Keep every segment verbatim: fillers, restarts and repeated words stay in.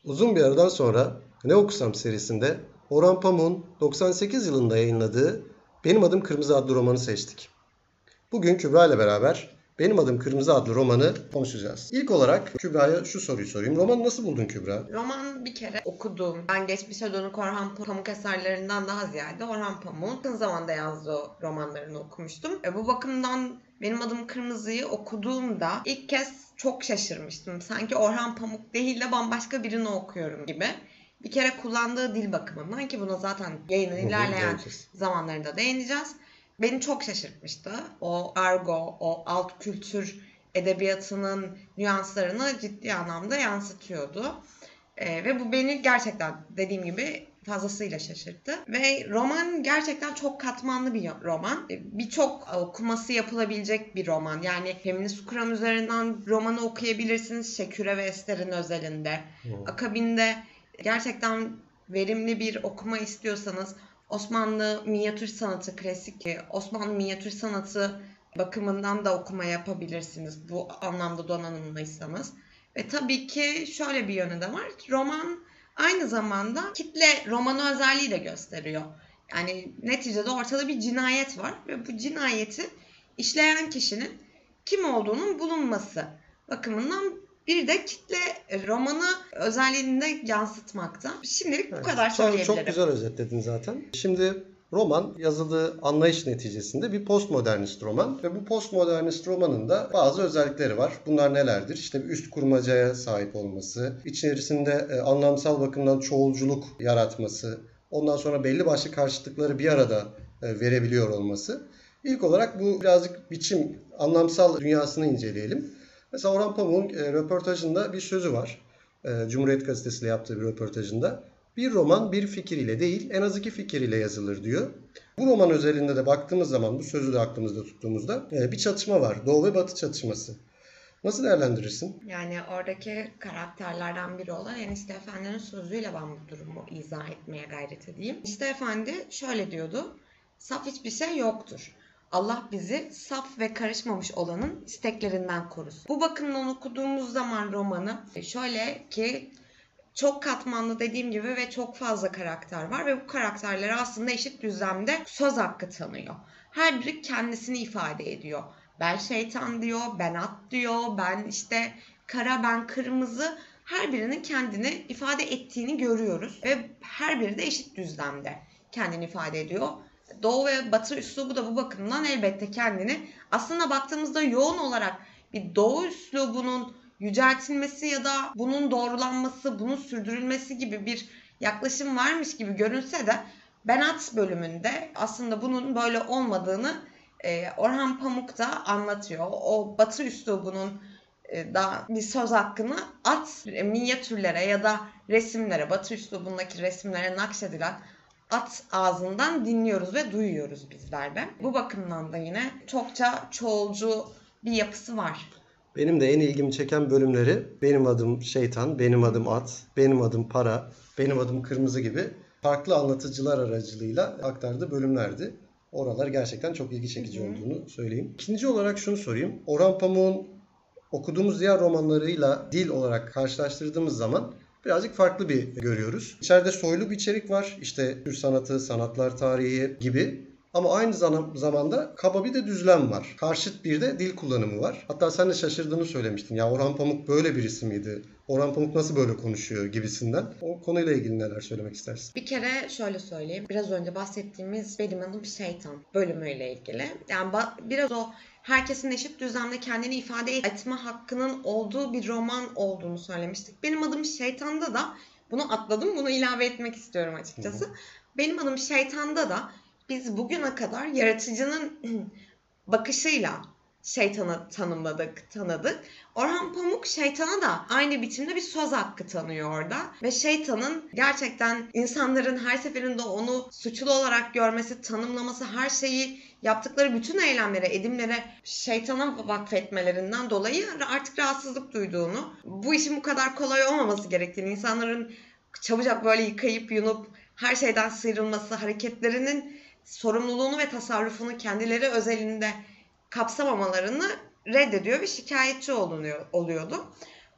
Uzun bir aradan sonra Ne Okusam serisinde Orhan Pamuk'un doksan sekiz yılında yayınladığı Benim Adım Kırmızı adlı romanı seçtik. Bugün Kübra ile beraber Benim Adım Kırmızı adlı romanı konuşacağız. İlk olarak Kübra'ya şu soruyu sorayım. Romanı nasıl buldun Kübra? Roman bir kere okudum. Ben geçmişe dönük Orhan Pamuk eserlerinden daha ziyade Orhan Pamuk'un yakın zamanda yazdığı romanlarını okumuştum. E, bu bakımdan Benim Adım Kırmızı'yı okuduğumda ilk kez çok şaşırmıştım. Sanki Orhan Pamuk değil de bambaşka birini okuyorum gibi. Bir kere kullandığı dil bakımından, ki buna zaten yayının ilerleyen zamanlarında değineceğiz, beni çok şaşırtmıştı. O argo, o alt kültür edebiyatının nüanslarını ciddi anlamda yansıtıyordu. Ee, ve bu beni gerçekten dediğim gibi fazlasıyla şaşırttı. Ve roman gerçekten çok katmanlı bir roman. Birçok okuması yapılabilecek bir roman. Yani feminist kuram üzerinden romanı okuyabilirsiniz Şeküre ve Ester'in özelinde. Hmm. Akabinde gerçekten verimli bir okuma istiyorsanız Osmanlı minyatür sanatı, klasik Osmanlı minyatür sanatı bakımından da okuma yapabilirsiniz bu anlamda donanımlıysanız. Ve tabii ki şöyle bir yönü de var. Roman aynı zamanda kitle romanı özelliği de gösteriyor. Yani neticede ortada bir cinayet var ve bu cinayeti işleyen kişinin kim olduğunun bulunması bakımından bir de kitle romanı özelliğini de yansıtmakta. Şimdilik bu evet, kadar söyleyebilirim. Çok güzel özetledin zaten. Şimdi roman yazıldığı anlayış neticesinde bir postmodernist roman ve bu postmodernist romanın da bazı özellikleri var. Bunlar nelerdir? İşte bir üst kurmacaya sahip olması, içerisinde e, anlamsal bakımdan çoğulculuk yaratması, ondan sonra belli başlı karşıtlıkları bir arada e, verebiliyor olması. İlk olarak bu birazcık biçim, anlamsal dünyasını inceleyelim. Mesela Orhan Pamuk'un e, röportajında bir sözü var. E, Cumhuriyet Gazetesi'yle yaptığı bir röportajında. Bir roman bir fikir ile değil, en az iki fikir ile yazılır diyor. Bu roman özelinde de baktığımız zaman, bu sözü de aklımızda tuttuğumuzda e, bir çatışma var. Doğu ve Batı çatışması. Nasıl değerlendirirsin? Yani oradaki karakterlerden biri olan Enişte Efendi'nin sözüyle ben bu durumu izah etmeye gayret edeyim. Enişte Efendi şöyle diyordu. Saf hiçbir şey yoktur. Allah bizi saf ve karışmamış olanın isteklerinden korusun. Bu bakımdan okuduğumuz zaman romanı şöyle ki çok katmanlı dediğim gibi ve çok fazla karakter var ve bu karakterlere aslında eşit düzlemde söz hakkı tanıyor. Her biri kendisini ifade ediyor. Ben şeytan diyor, ben at diyor, ben işte kara, ben kırmızı. Her birinin kendini ifade ettiğini görüyoruz ve her biri de eşit düzlemde kendini ifade ediyor. Doğu ve Batı üslubu da bu bakımdan elbette kendini aslında baktığımızda yoğun olarak bir Doğu üslubunun yüceltilmesi ya da bunun doğrulanması, bunun sürdürülmesi gibi bir yaklaşım varmış gibi görünse de Benat bölümünde aslında bunun böyle olmadığını e, Orhan Pamuk da anlatıyor. O Batı üslubunun e, da bir söz hakkını at e, minyatürlere ya da resimlere, Batı üslubundaki resimlere nakşedilen at ağzından dinliyoruz ve duyuyoruz bizler de. Bu bakımdan da yine çokça çoğulcu bir yapısı var. Benim de en ilgimi çeken bölümleri benim adım şeytan, benim adım at, benim adım para, benim adım kırmızı gibi farklı anlatıcılar aracılığıyla aktardığı bölümlerdi. Oralar gerçekten çok ilgi çekici hı hı. olduğunu söyleyeyim. İkinci olarak şunu sorayım. Orhan Pamuk'un okuduğumuz diğer romanlarıyla dil olarak karşılaştırdığımız zaman birazcık farklı bir görüyoruz. İçeride soylu bir içerik var. İşte Türk sanatı, sanatlar tarihi gibi. Ama aynı zamanda kaba bir de düzlem var. Karşıt bir de dil kullanımı var. Hatta sen de şaşırdığını söylemiştin. Ya Orhan Pamuk böyle birisi miydi? Orhan Pamuk nasıl böyle konuşuyor gibisinden. O konuyla ilgili neler söylemek istersin? Bir kere şöyle söyleyeyim. Biraz önce bahsettiğimiz Benim Adım Şeytan bölümüyle ilgili. Yani biraz o herkesin eşit düzlemde kendini ifade etme hakkının olduğu bir roman olduğunu söylemiştik. Benim Adım Şeytan'da da bunu atladım. Bunu ilave etmek istiyorum açıkçası. Hı hı. Benim Adım Şeytan'da da biz bugüne kadar yaratıcının bakışıyla şeytanı tanımladık, tanıdık. Orhan Pamuk şeytana da aynı biçimde bir söz hakkı tanıyor orada. Ve şeytanın gerçekten insanların her seferinde onu suçlu olarak görmesi, tanımlaması, her şeyi yaptıkları bütün eylemlere, edimlere şeytana vakfetmelerinden dolayı artık rahatsızlık duyduğunu, bu işin bu kadar kolay olmaması gerektiğini, insanların çabucak böyle yıkayıp yunup her şeyden sıyrılması, hareketlerinin sorumluluğunu ve tasarrufunu kendileri özelinde kapsamamalarını reddediyor ve şikayetçi olunuyor, oluyordu.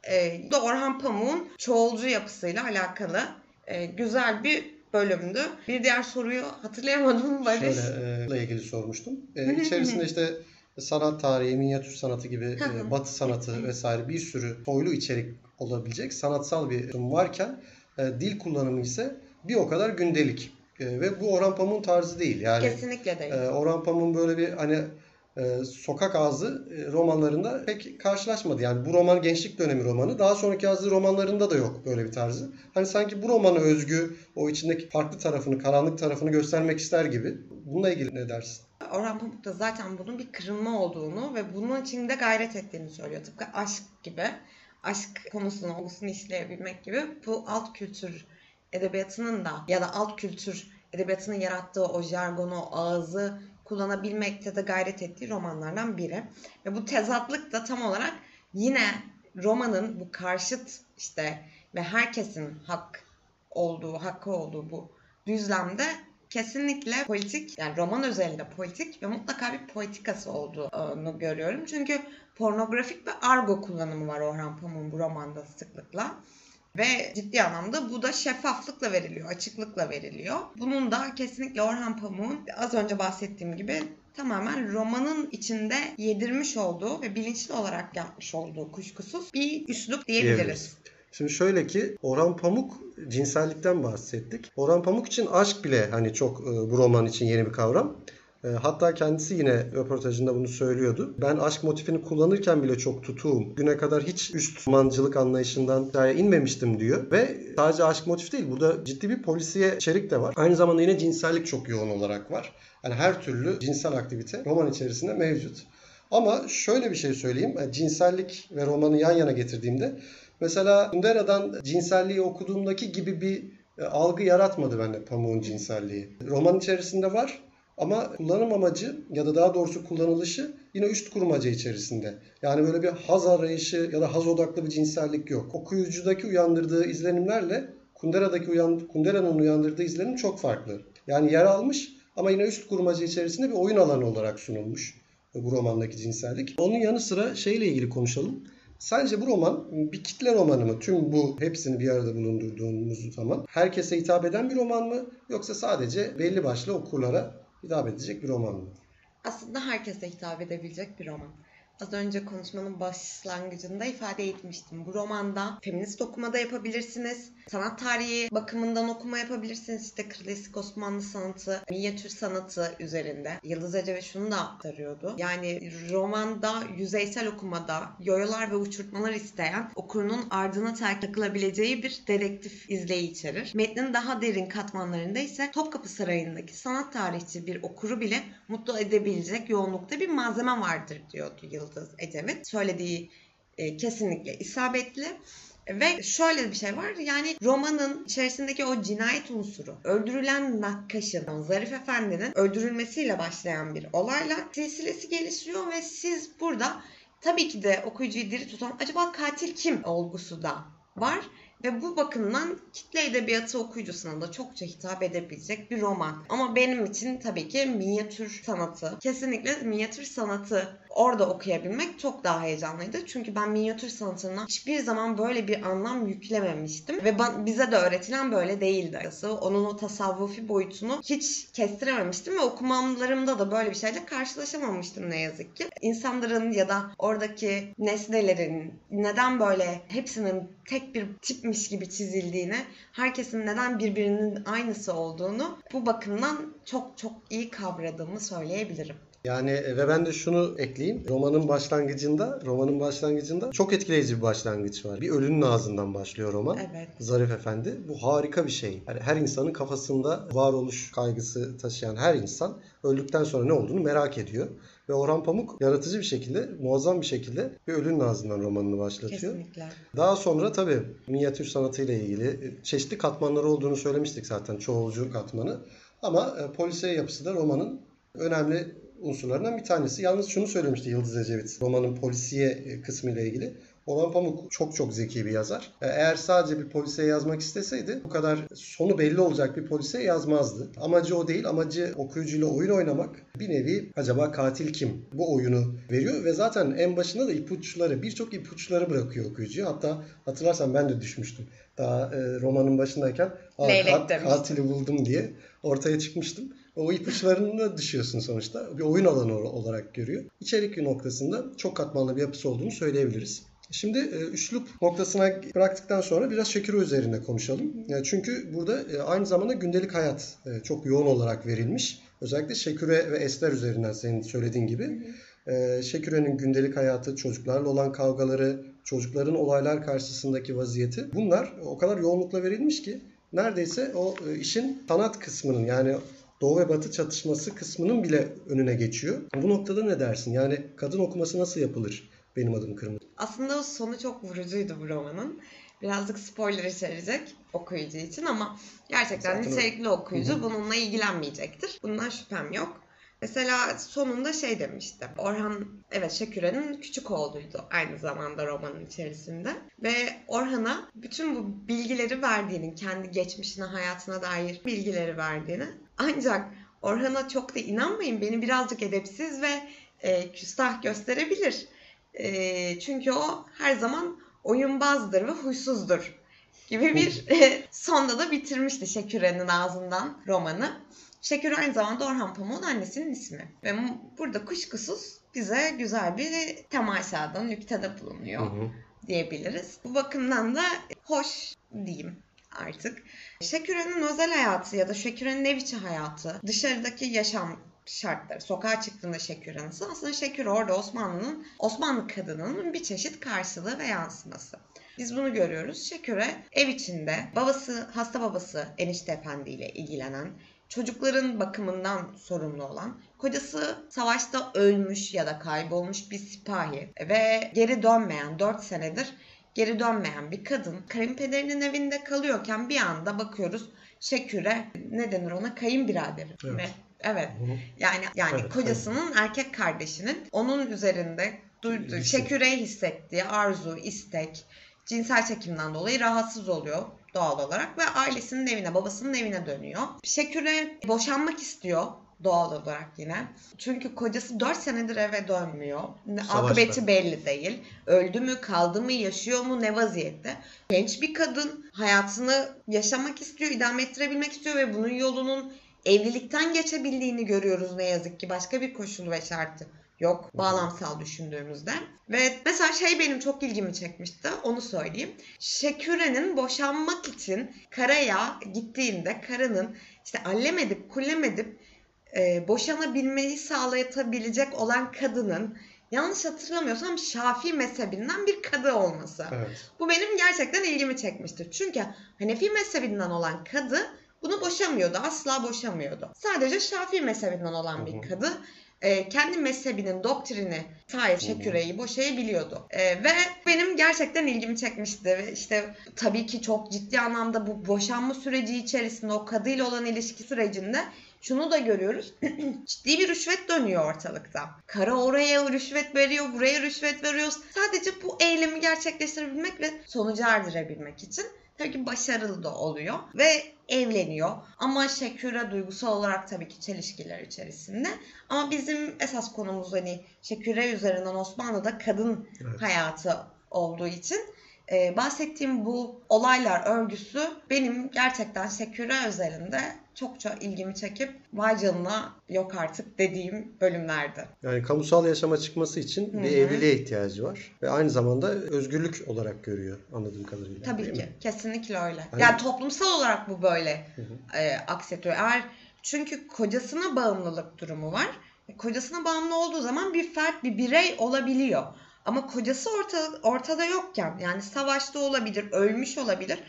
E, bu da Orhan Pamuk'un çoğulcu yapısıyla alakalı e, güzel bir bölümdü. Bir diğer soruyu hatırlayamadım Barış. Şöyle ile ilgili sormuştum. E, içerisinde işte sanat tarihi, minyatür sanatı gibi e, batı sanatı vesaire bir sürü soylu içerik olabilecek sanatsal bir durum varken e, dil kullanımı ise bir o kadar gündelik. E, ve bu Orhan Pamuk'un tarzı değil. Yani Kesinlikle değil. E, Orhan Pamuk'un böyle bir hani e, sokak ağzı e, romanlarında pek karşılaşmadı. Yani bu roman gençlik dönemi romanı. Daha sonraki yazdığı romanlarında da yok böyle bir tarzı. Hani sanki bu romana özgü o içindeki farklı tarafını, karanlık tarafını göstermek ister gibi. Bununla ilgili ne dersin? Orhan Pamuk da zaten bunun bir kırılma olduğunu ve bunun için de gayret ettiğini söylüyor. Tıpkı aşk gibi. Aşk konusunu, olgusunu işleyebilmek gibi bu alt kültür edebiyatının da ya da alt kültür edebiyatının yarattığı o jargonu, o ağzı kullanabilmekte de gayret ettiği romanlardan biri. Ve bu tezatlık da tam olarak yine romanın bu karşıt işte ve herkesin hak olduğu, hakkı olduğu bu düzlemde kesinlikle politik, yani roman özelinde politik ve mutlaka bir politikası olduğunu görüyorum. Çünkü pornografik ve argo kullanımı var Orhan Pamuk'un bu romanda sıklıkla. Ve ciddi anlamda bu da şeffaflıkla veriliyor, açıklıkla veriliyor. Bunun da kesinlikle Orhan Pamuk'un az önce bahsettiğim gibi tamamen romanın içinde yedirmiş olduğu ve bilinçli olarak yapmış olduğu kuşkusuz bir üslup diyebiliriz. Evet. Şimdi şöyle ki Orhan Pamuk cinsellikten bahsettik. Orhan Pamuk için aşk bile hani çok bu roman için yeni bir kavram. Hatta kendisi yine röportajında bunu söylüyordu. Ben aşk motifini kullanırken bile çok tutuğum. Güne kadar hiç üst romancılık anlayışından aşağıya inmemiştim diyor. Ve sadece aşk motif değil. Burada ciddi bir polisiye içerik de var. Aynı zamanda yine cinsellik çok yoğun olarak var. Yani her türlü cinsel aktivite roman içerisinde mevcut. Ama şöyle bir şey söyleyeyim. Cinsellik ve romanı yan yana getirdiğimde mesela Kundera'dan cinselliği okuduğumdaki gibi bir algı yaratmadı bende Pamuk'un cinselliği. Roman içerisinde var. Ama kullanım amacı ya da daha doğrusu kullanılışı yine üst kurmaca içerisinde. Yani böyle bir haz arayışı ya da haz odaklı bir cinsellik yok. Okuyucudaki uyandırdığı izlenimlerle Kundera'daki uyan, Kundera'nın uyandırdığı izlenim çok farklı. Yani yer almış ama yine üst kurmaca içerisinde bir oyun alanı olarak sunulmuş bu romandaki cinsellik. Onun yanı sıra şeyle ilgili konuşalım. Sence bu roman bir kitle romanı mı? Tüm bu hepsini bir arada bulundurduğumuz zaman herkese hitap eden bir roman mı? Yoksa sadece belli başlı okurlara hitap edecek bir roman mı? Aslında herkese hitap edebilecek bir roman. Az önce konuşmanın başlangıcında ifade etmiştim. Bu romanda feminist okuma da yapabilirsiniz. Sanat tarihi bakımından okuma yapabilirsiniz. İşte klasik Osmanlı sanatı, minyatür sanatı üzerinde. Yıldız Ecevit şunu da aktarıyordu. Yani romanda yüzeysel okumada yoyolar ve uçurtmalar isteyen okurunun ardına takılabileceği bir dedektif izleyi içerir. Metnin daha derin katmanlarında ise Topkapı Sarayı'ndaki sanat tarihçi bir okuru bile mutlu edebilecek yoğunlukta bir malzeme vardır diyordu Yıldız Ecevit. Söylediği e, kesinlikle isabetli. Ve şöyle bir şey var, yani romanın içerisindeki o cinayet unsuru, öldürülen nakkaşın, Zarif Efendi'nin öldürülmesiyle başlayan bir olayla silsilesi gelişiyor ve siz burada tabii ki de okuyucuyu diri tutan acaba katil kim olgusu da var. Ve bu bakımdan kitle edebiyatı okuyucusuna da çokça hitap edebilecek bir roman. Ama benim için tabii ki minyatür sanatı, kesinlikle minyatür sanatı orada okuyabilmek çok daha heyecanlıydı. Çünkü ben minyatür sanatına hiçbir zaman böyle bir anlam yüklememiştim. Ve bize de öğretilen böyle değildi. Onun o tasavvufi boyutunu hiç kestirememiştim ve okumalarımda da böyle bir şeyle karşılaşamamıştım ne yazık ki. İnsanların ya da oradaki nesnelerin neden böyle hepsinin tek bir tipmiş gibi çizildiğini, herkesin neden birbirinin aynısı olduğunu bu bakımdan çok çok iyi kavradığımı söyleyebilirim. Yani ve ben de şunu ekleyeyim. Romanın başlangıcında, romanın başlangıcında çok etkileyici bir başlangıç var. Bir ölünün ağzından başlıyor roman. Evet. Zarif Efendi. Bu harika bir şey. Yani her insanın kafasında varoluş kaygısı taşıyan her insan öldükten sonra ne olduğunu merak ediyor. Ve Orhan Pamuk yaratıcı bir şekilde, muazzam bir şekilde bir ölünün ağzından romanını başlatıyor. Kesinlikle. Daha sonra tabii minyatür sanatıyla ilgili çeşitli katmanları olduğunu söylemiştik zaten. Çoğulcu katmanı. Ama e, polisiye yapısı da romanın önemli unsurlarından bir tanesi. Yalnız şunu söylemişti Yıldız Ecevit romanın polisiye kısmı ile ilgili. Orhan Pamuk çok çok zeki bir yazar. Eğer sadece bir polisiye yazmak isteseydi bu kadar sonu belli olacak bir polisiye yazmazdı. Amacı o değil. Amacı okuyucuyla oyun oynamak. Bir nevi acaba katil kim? Bu oyunu veriyor ve zaten en başında da ipuçları, birçok ipuçları bırakıyor okuyucuya. Hatta hatırlarsan ben de düşmüştüm. Daha e, romanın başındayken Leylek kat, katili buldum diye ortaya çıkmıştım. O ipuçlarına düşüyorsun sonuçta. Bir oyun alanı olarak görüyor. İçerik noktasında çok katmanlı bir yapısı olduğunu söyleyebiliriz. Şimdi e, üslup noktasına bıraktıktan sonra biraz Şekiro üzerinde konuşalım. Yani çünkü burada e, aynı zamanda gündelik hayat e, çok yoğun olarak verilmiş. Özellikle Şeküre ve Ester üzerinden senin söylediğin gibi. E, Şeküre'nin gündelik hayatı, çocuklarla olan kavgaları, çocukların olaylar karşısındaki vaziyeti. Bunlar o kadar yoğunlukla verilmiş ki neredeyse o e, işin sanat kısmının, yani Doğu ve Batı çatışması kısmının bile önüne geçiyor. Bu noktada ne dersin? Yani kadın okuması nasıl yapılır? Benim adım Kırmızı. Aslında o sonu çok vurucuydu bu romanın. Birazcık spoiler içerecek okuyucu için ama gerçekten Zaten nitelikli okuyucu Hı-hı. bununla ilgilenmeyecektir. Bundan şüphem yok. Mesela sonunda şey demişti. Orhan, evet, Şeküre'nin küçük oğluydu aynı zamanda romanın içerisinde. Ve Orhan'a bütün bu bilgileri verdiğini, kendi geçmişine, hayatına dair bilgileri verdiğini. Ancak Orhan'a çok da inanmayın, beni birazcık edepsiz ve e, küstah gösterebilir. E, çünkü o her zaman oyunbazdır ve huysuzdur gibi bir e, sonda da bitirmişti Şeküre'nin ağzından romanı. Şeküre aynı zamanda Orhan Pamuk'un annesinin ismi. Ve burada kuşkusuz bize güzel bir temaşada, nüktede bulunuyor hı hı. diyebiliriz. Bu bakımdan da hoş diyeyim artık. Şeküre'nin özel hayatı ya da Şeküre'nin ev içi hayatı, dışarıdaki yaşam şartları, sokağa çıktığında Şeküre nasıl? Aslında Şeküre orada Osmanlı'nın, Osmanlı kadınının bir çeşit karşılığı ve yansıması. Biz bunu görüyoruz. Şeküre ev içinde babası, hasta babası Enişte Efendi ile ilgilenen, çocukların bakımından sorumlu olan, kocası savaşta ölmüş ya da kaybolmuş bir sipahi ve geri dönmeyen, dört senedir geri dönmeyen bir kadın kayınpederinin evinde kalıyorken bir anda bakıyoruz Şeküre, ne denir ona, kayınbiraderi. Evet. Ve evet. Yani yani evet, kocasının evet. erkek kardeşinin onun üzerinde duyduğu, Şeküre'ye hissettiği arzu, istek, cinsel çekimden dolayı rahatsız oluyor doğal olarak ve ailesinin evine, babasının evine dönüyor. Şeküre boşanmak istiyor doğal olarak yine. Çünkü kocası dört senedir eve dönmüyor. Savaşta. Akıbeti belli değil. Öldü mü, kaldı mı, yaşıyor mu, ne vaziyette? Genç bir kadın hayatını yaşamak istiyor, idame ettirebilmek istiyor ve bunun yolunun evlilikten geçebildiğini görüyoruz ne yazık ki. Başka bir koşul ve şartı yok bağlamsal düşündüğümüzde. Ve mesela şey benim çok ilgimi çekmişti, onu söyleyeyim. Şeküre'nin boşanmak için karaya gittiğinde karının işte allem edip kullem edip e, boşanabilmeyi sağlayabilecek olan kadının, yanlış hatırlamıyorsam Şafii mezhebinden bir kadı olması. Evet. Bu benim gerçekten ilgimi çekmiştir. Çünkü Hanefi mezhebinden olan kadı bunu boşamıyordu, asla boşamıyordu. Sadece Şafii mezhebinden olan bir kadı e, kendi mezhebinin doktrini sayesinde Şeküre'yi boşayabiliyordu. E, ve benim gerçekten ilgimi çekmişti. Ve işte tabii ki çok ciddi anlamda bu boşanma süreci içerisinde, o kadıyla olan ilişki sürecinde şunu da görüyoruz. Ciddi bir rüşvet dönüyor ortalıkta. Kara oraya rüşvet veriyor, buraya rüşvet veriyor. Sadece bu eylemi gerçekleştirebilmek ve sonuca erdirebilmek için tabii ki başarılı da oluyor ve evleniyor. Ama Şeküre duygusal olarak tabii ki çelişkiler içerisinde. Ama bizim esas konumuz hani Şeküre üzerinden Osmanlı'da kadın evet. hayatı olduğu için e, bahsettiğim bu olaylar örgüsü benim gerçekten Şeküre özelinde çokça ilgimi çekip vay canına yok artık dediğim bölümlerdi. Yani kamusal yaşama çıkması için Hı-hı. bir evliliğe ihtiyacı var. Ve aynı zamanda özgürlük olarak görüyor anladığım kadarıyla. Tabii ki. Mi? Kesinlikle öyle. Hani... Yani toplumsal olarak bu böyle e, aksediyor. Eğer çünkü kocasına bağımlılık durumu var. Kocasına bağımlı olduğu zaman bir fert, bir birey olabiliyor. Ama kocası orta, ortada yokken, yani savaşta olabilir, ölmüş olabilir.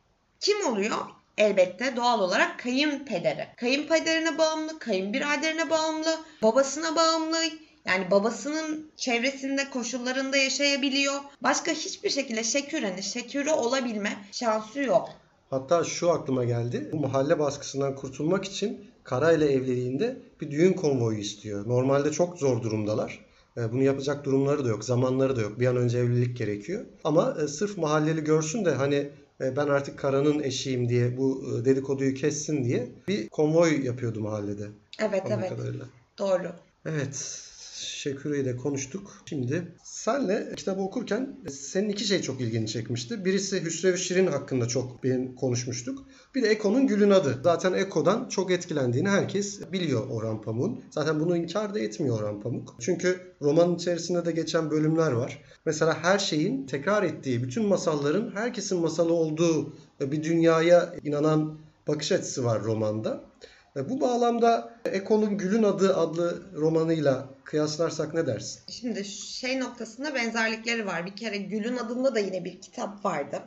Kim oluyor? Elbette doğal olarak kayınpederi. Kayınpederine bağımlı, kayınbiraderine bağımlı, babasına bağımlı. Yani babasının çevresinde, koşullarında yaşayabiliyor. Başka hiçbir şekilde Şeküre'nin Şeküre olabilme şansı yok. Hatta şu aklıma geldi. Bu mahalle baskısından kurtulmak için Kara ile evliliğinde bir düğün konvoyu istiyor. Normalde çok zor durumdalar. E, bunu yapacak durumları da yok, zamanları da yok. Bir an önce evlilik gerekiyor. Ama e, sırf mahalleli görsün de hani e, ben artık Kara'nın eşiyim diye bu e, dedikoduyu kessin diye bir konvoy yapıyordu mahallede. Evet Anladığım evet. kadarıyla. Doğru. Evet. Şeküre'yi de konuştuk. Şimdi senle kitabı okurken senin iki şey çok ilgini çekmişti. Birisi Hüsrev Şirin hakkında çok benim konuşmuştuk. Bir de Eko'nun Gül'ün adı. Zaten Eko'dan çok etkilendiğini herkes biliyor Orhan Pamuk'un. Zaten bunu inkar da etmiyor Orhan Pamuk. Çünkü romanın içerisinde de geçen bölümler var. Mesela her şeyin tekrar ettiği, bütün masalların herkesin masalı olduğu bir dünyaya inanan bakış açısı var romanda. Bu bağlamda Eko'nun Gül'ün Adı adlı romanıyla kıyaslarsak ne dersin? Şimdi şey noktasında benzerlikleri var. Bir kere Gül'ün adında da yine bir kitap vardı.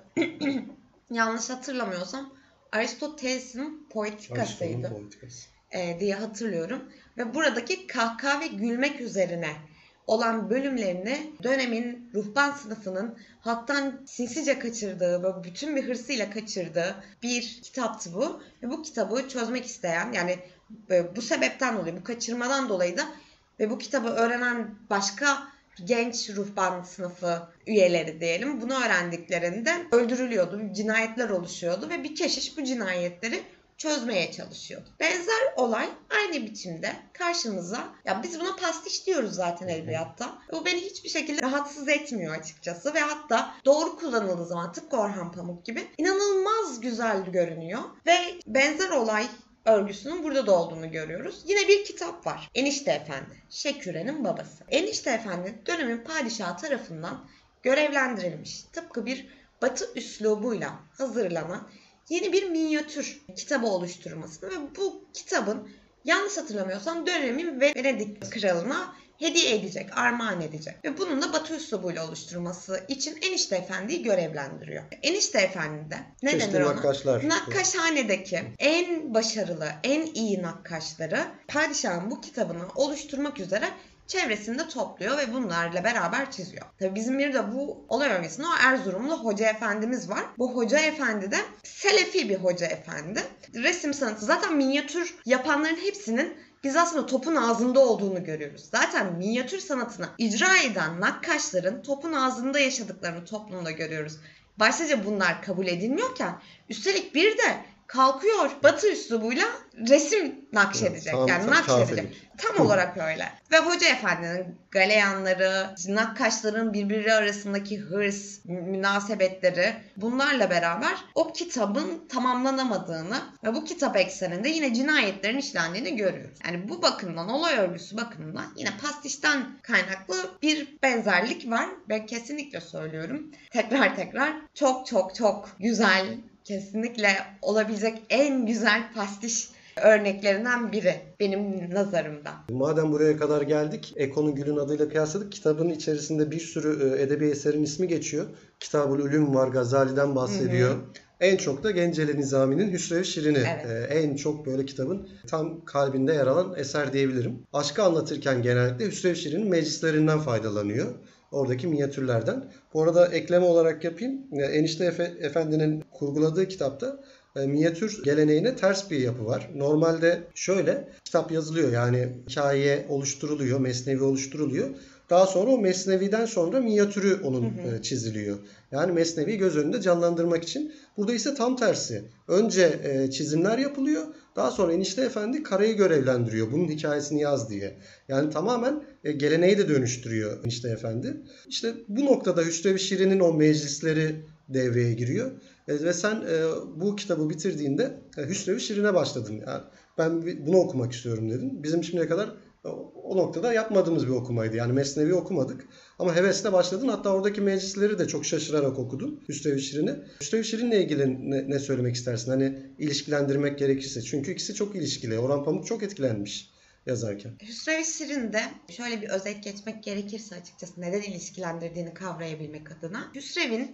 Yanlış hatırlamıyorsam Aristoteles'in Poetikası'ydı Politikası. e, diye hatırlıyorum. Ve buradaki kahkaha ve gülmek üzerine olan bölümlerini dönemin ruhban sınıfının halktan sinsice kaçırdığı ve bütün bir hırsıyla kaçırdığı bir kitaptı bu. Ve bu kitabı çözmek isteyen, yani bu sebepten dolayı, bu kaçırmadan dolayı da ve bu kitabı öğrenen başka genç ruhban sınıfı üyeleri diyelim, bunu öğrendiklerinde öldürülüyordu, cinayetler oluşuyordu ve bir keşiş bu cinayetleri çözmeye çalışıyordu. Benzer olay aynı biçimde karşımıza, ya biz buna pastiş diyoruz zaten edebiyatta. Bu beni hiçbir şekilde rahatsız etmiyor açıkçası ve hatta doğru kullanıldığı zaman tıpkı Orhan Pamuk gibi inanılmaz güzel görünüyor ve benzer olay örgüsünün burada da olduğunu görüyoruz. Yine bir kitap var. Enişte Efendi, Şeküre'nin babası. Enişte Efendi dönemin padişahı tarafından görevlendirilmiş. Tıpkı bir Batı üslubuyla hazırlanan yeni bir minyatür kitabı oluşturmasını ve bu kitabın yanlış hatırlamıyorsam dönemin ve Venedik kralına hediye edecek, armağan edecek. Ve bunun da Batı üslubuyla oluşturması için Enişte Efendi'yi görevlendiriyor. Enişte Efendi de ne Çeşitli denir ona? nakkaşlar. Nakkaşhanedeki en başarılı, en iyi nakkaşları padişahın bu kitabını oluşturmak üzere çevresinde topluyor ve bunlarla beraber çiziyor. Tabii bizim bir de bu olay öncesinde o Erzurumlu Hoca Efendimiz var. Bu Hoca Efendi de Selefi bir Hoca Efendi. Resim sanatı zaten minyatür yapanların hepsinin biz aslında topun ağzında olduğunu görüyoruz. Zaten minyatür sanatını icra eden nakkaşların topun ağzında yaşadıklarını toplumda görüyoruz. Başlıca bunlar kabul edilmiyorken üstelik bir de kalkıyor Batı üslubuyla resim nakşedecek. Evet, tam, yani tam, nakşedecek. Tam olarak öyle. Ve Hoca Efendi'nin galeyanları, nakkaşların birbiri arasındaki hırs, münasebetleri bunlarla beraber o kitabın tamamlanamadığını ve bu kitap ekseninde yine cinayetlerin işlendiğini görüyoruz. Yani bu bakımdan, olay örgüsü bakımından yine pastişten kaynaklı bir benzerlik var ve kesinlikle söylüyorum. Tekrar tekrar çok çok çok güzel, kesinlikle olabilecek en güzel pastiş örneklerinden biri benim nazarımda. Madem buraya kadar geldik, Eko'nun Gül'ün adıyla kıyasladık. Kitabın içerisinde bir sürü edebi eserin ismi geçiyor. Kitab-ül Ulûm var, Gazali'den bahsediyor. Hı hı. En çok da Genceli Nizami'nin Hüsrev Şirin'i. Evet. Ee, en çok böyle kitabın tam kalbinde yer alan eser diyebilirim. Aşkı anlatırken genellikle Hüsrev Şirin'in meclislerinden faydalanıyor. Oradaki minyatürlerden. Bu arada ekleme olarak yapayım. Enişte Efe, Efendi'nin kurguladığı kitapta e, minyatür geleneğine ters bir yapı var. Normalde şöyle kitap yazılıyor, yani hikaye oluşturuluyor, mesnevi oluşturuluyor. Daha sonra o mesneviden sonra minyatürü onun hı hı. çiziliyor. Yani mesnevi göz önünde canlandırmak için. Burada ise tam tersi. Önce çizimler yapılıyor. Daha sonra Enişte Efendi Kara'yı görevlendiriyor. Bunun hikayesini yaz diye. Yani tamamen geleneği de dönüştürüyor Enişte Efendi. İşte bu noktada Hüsrev Şirin'in o meclisleri devreye giriyor. Ve sen bu kitabı bitirdiğinde Hüsrev Şirin'e başladın. Yani ben bunu okumak istiyorum dedin. Bizim şimdiye kadar o noktada yapmadığımız bir okumaydı. Yani Mesnevi okumadık. Ama hevesle başladın. Hatta oradaki meclisleri de çok şaşırarak okudun. Hüsrev Şirin'i. Hüsrev Şirin'le ilgili ne, ne söylemek istersin? Hani ilişkilendirmek gerekirse. Çünkü ikisi çok ilişkili. Orhan Pamuk çok etkilenmiş yazarken. Hüsrev Şirin'de şöyle bir özet geçmek gerekirse açıkçası neden ilişkilendirdiğini kavrayabilmek adına. Hüsrev'in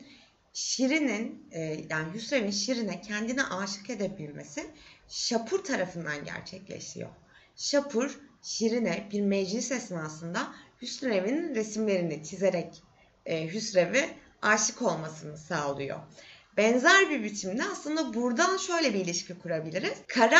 Şirin'in yani Hüsrev'in Şirin'e kendine aşık edebilmesi Şapur tarafından gerçekleşiyor. Şapur Şirin'e bir meclis esnasında Hüsrev'in resimlerini çizerek e, Hüsrev'e aşık olmasını sağlıyor. Benzer bir biçimde aslında buradan şöyle bir ilişki kurabiliriz. Kara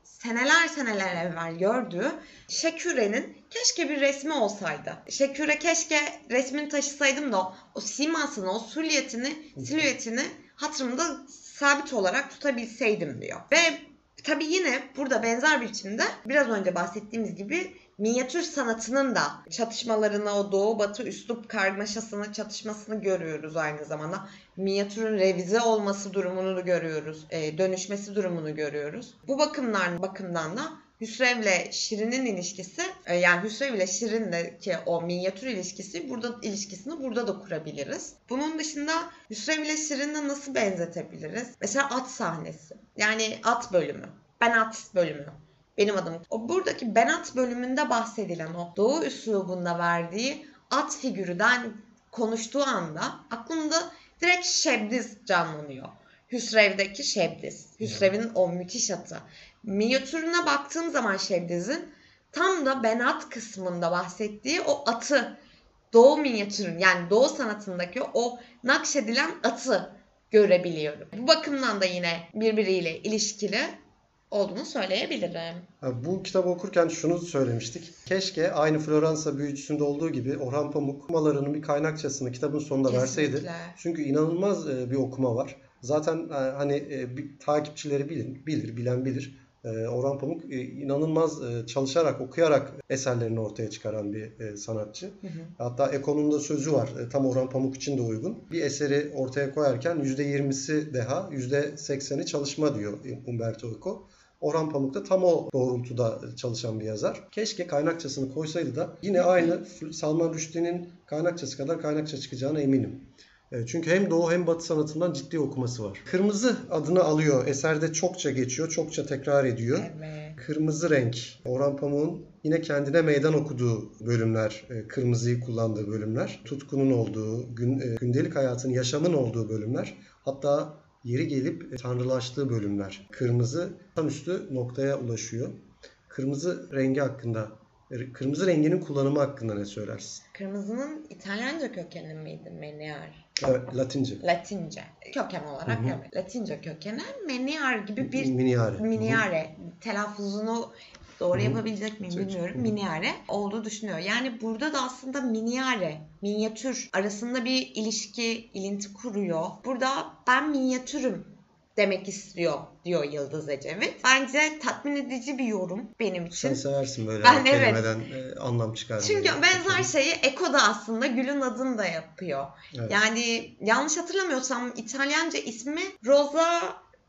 seneler seneler evvel gördüğü Şeküre'nin keşke bir resmi olsaydı. Şeküre keşke resmini taşısaydım da o, o simasını, o silüetini, silüetini hatırımda sabit olarak tutabilseydim diyor. Ve tabii yine burada benzer bir biçimde biraz önce bahsettiğimiz gibi minyatür sanatının da çatışmalarını, o doğu batı üslup karmaşasını, çatışmasını görüyoruz aynı zamanda. Minyatürün revize olması durumunu görüyoruz, e, dönüşmesi durumunu görüyoruz. Bu bakımdan, bakımdan da Hüsrev'le Şirin'in ilişkisi, e, yani Hüsrev ile Şirin'deki o minyatür ilişkisi, burada ilişkisini burada da kurabiliriz. Bunun dışında Hüsrev ile Şirin'i nasıl benzetebiliriz? Mesela at sahnesi, yani at bölümü, ben at bölümü. Benim adım. O buradaki Benat bölümünde bahsedilen o Doğu üslubunda verdiği at figürüden konuştuğu anda aklımda direkt Şebdiz canlanıyor. Hüsrev'deki Şebdiz. Hüsrev'in o müthiş atı. Minyatürüne baktığım zaman Şebdiz'in tam da Benat kısmında bahsettiği o atı, Doğu minyatürün yani Doğu sanatındaki o nakşedilen atı görebiliyorum. Bu bakımdan da yine birbiriyle ilişkili olduğunu söyleyebilirim. Bu kitabı okurken şunu söylemiştik. Keşke aynı Floransa büyücüsünde olduğu gibi Orhan Pamuk okumalarının bir kaynakçasını kitabın sonunda Kesinlikle. verseydi. Çünkü inanılmaz bir okuma var. Zaten hani bir, takipçileri bilir, bilir, bilen bilir. Orhan Pamuk inanılmaz çalışarak, okuyarak eserlerini ortaya çıkaran bir sanatçı. Hı hı. Hatta Eko'nun da sözü var. Tam Orhan Pamuk için de uygun. Bir eseri ortaya koyarken yüzde yirmisi deha, yüzde sekseni çalışma diyor Umberto Eco. Orhan Pamuk da tam o doğrultuda çalışan bir yazar. Keşke kaynakçasını koysaydı da yine aynı Salman Rushdie'nin kaynakçası kadar kaynakça çıkacağına eminim. Çünkü hem Doğu hem Batı sanatından ciddi okuması var. Kırmızı adını alıyor. Eserde çokça geçiyor, çokça tekrar ediyor. Evet. Kırmızı renk. Orhan Pamuk'un yine kendine meydan okuduğu bölümler, kırmızıyı kullandığı bölümler. Tutkunun olduğu, gündelik hayatın, yaşamın olduğu bölümler. Hatta yeri gelip tanrılaştığı bölümler. Kırmızı tam üstü noktaya ulaşıyor. Kırmızı rengi hakkında, kırmızı renginin kullanımı hakkında ne söylersin? Kırmızının İtalyanca kökeni miydi? Meniar. Evet, Latince. Latince. Köken olarak Hı hı. evet. Latince kökeni meniar gibi bir Miniare. miniare. Telaffuzunu doğru Hı hı. yapabilecek miyim bilmiyorum. Hı hı. Miniare olduğu düşünüyor. Yani burada da aslında miniare, minyatür arasında bir ilişki, ilinti kuruyor. Burada ben minyatürüm demek istiyor diyor Yıldız Ecevit. Bence tatmin edici bir yorum benim için. Sen seversin böyle ben, kelimeden evet. anlam çıkarmayı. Çünkü benzer şeyi Eko da aslında Gül'ün adını da yapıyor. Evet. Yani yanlış hatırlamıyorsam İtalyanca ismi Rosa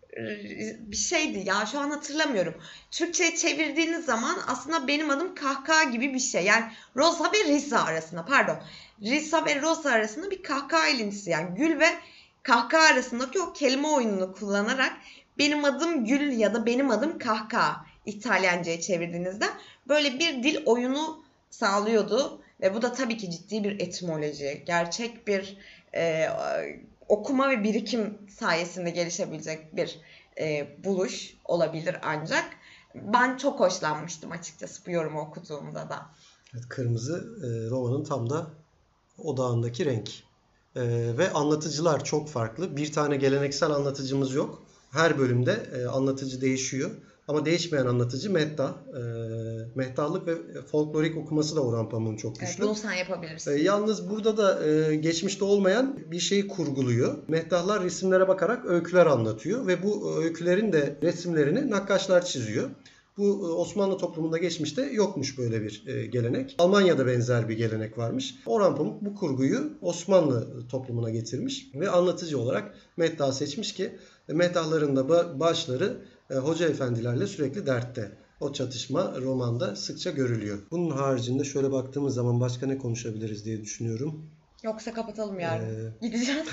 bir şeydi ya, şu an hatırlamıyorum. Türkçe'ye çevirdiğiniz zaman aslında benim adım kahkaha gibi bir şey. Yani Rosa ve Risa arasında pardon. Risa ve Rosa arasında bir kahkaha ilintisi. Yani Gül ve kahkaha arasındaki o kelime oyununu kullanarak benim adım Gül ya da benim adım kahkaha İtalyanca'ya çevirdiğinizde böyle bir dil oyunu sağlıyordu. Ve bu da tabii ki ciddi bir etimoloji, gerçek bir e, okuma ve birikim sayesinde gelişebilecek bir e, buluş olabilir ancak. Ben çok hoşlanmıştım açıkçası bu yorumu okuduğumda da. Evet, kırmızı e, romanın tam da odağındaki renk. E, ve anlatıcılar çok farklı. Bir tane geleneksel anlatıcımız yok. Her bölümde e, anlatıcı değişiyor. Ama değişmeyen anlatıcı Mehta. E, Mehtalık ve folklorik okuması da Orhan Pamuk'un çok güçlü. Evet, bunu sen yapabilirsin. E, yalnız burada da e, geçmişte olmayan bir şeyi kurguluyor. Mehtahlar resimlere bakarak öyküler anlatıyor ve bu öykülerin de resimlerini nakkaşlar çiziyor. Bu Osmanlı toplumunda geçmişte yokmuş böyle bir e, gelenek. Almanya'da benzer bir gelenek varmış. Orhan Pamuk bu kurguyu Osmanlı toplumuna getirmiş ve anlatıcı olarak Mehtah'ı seçmiş ki e, Mehtahların da başları e, hoca efendilerle sürekli dertte. O çatışma romanda sıkça görülüyor. Bunun haricinde şöyle baktığımız zaman başka ne konuşabiliriz diye düşünüyorum. Yoksa kapatalım yarın. Ee... Gideceğiz.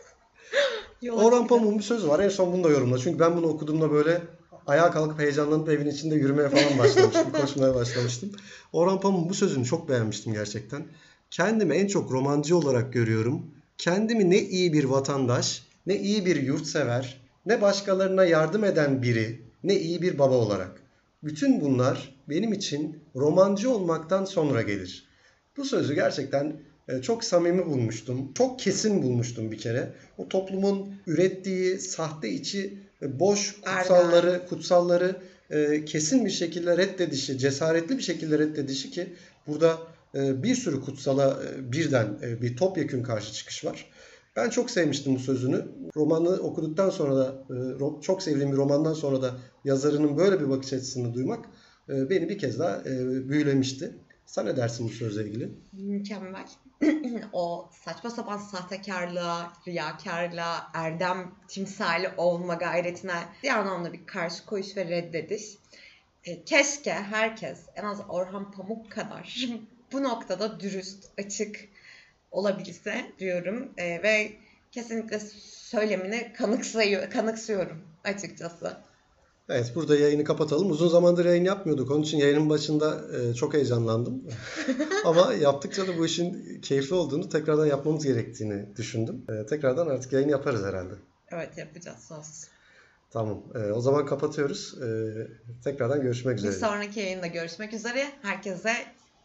Orhan Pamuk'un bir sözü var. En son bunu da yorumla. Çünkü ben bunu okuduğumda böyle ayağa kalkıp heyecanlanıp evin içinde yürümeye falan başlamıştım. Koşmaya başlamıştım. Orhan Pamuk'un bu sözünü çok beğenmiştim gerçekten. Kendimi en çok romancı olarak görüyorum. Kendimi ne iyi bir vatandaş, ne iyi bir yurtsever, ne başkalarına yardım eden biri, ne iyi bir baba olarak. Bütün bunlar benim için romancı olmaktan sonra gelir. Bu sözü gerçekten çok samimi bulmuştum. Çok kesin bulmuştum bir kere. O toplumun ürettiği sahte içi boş kutsalları, kutsalları e, kesin bir şekilde reddedişi, cesaretli bir şekilde reddedişi ki burada e, bir sürü kutsala e, birden e, bir topyekün karşı çıkış var. Ben çok sevmiştim bu sözünü. Romanı okuduktan sonra da, e, çok sevdiğim bir romandan sonra da yazarının böyle bir bakış açısını duymak e, beni bir kez daha e, büyülemişti. Sen ne dersin bu sözle ilgili? Mükemmel. O saçma sapan sahtekarlığa, riyakarlığa, erdem timsali olma gayretine bir anlamda bir karşı koyuş ve reddediş. E, keşke herkes en az Orhan Pamuk kadar bu noktada dürüst, açık olabilse diyorum. E, ve kesinlikle söylemini kanıksıyor, kanıksıyorum açıkçası. Evet, burada yayını kapatalım. Uzun zamandır yayın yapmıyorduk. Onun için yayının başında e, çok heyecanlandım. Ama yaptıkça da bu işin keyifli olduğunu, tekrardan yapmamız gerektiğini düşündüm. E, tekrardan artık yayın yaparız herhalde. Evet, yapacağız, söz. Tamam. E, o zaman kapatıyoruz. E, tekrardan görüşmek Bir üzere. sonraki yayında görüşmek üzere. Herkese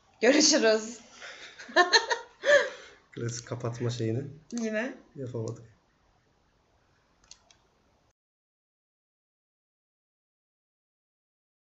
görüşürüz. Klasik kapatma şeyini Yine. yapamadık.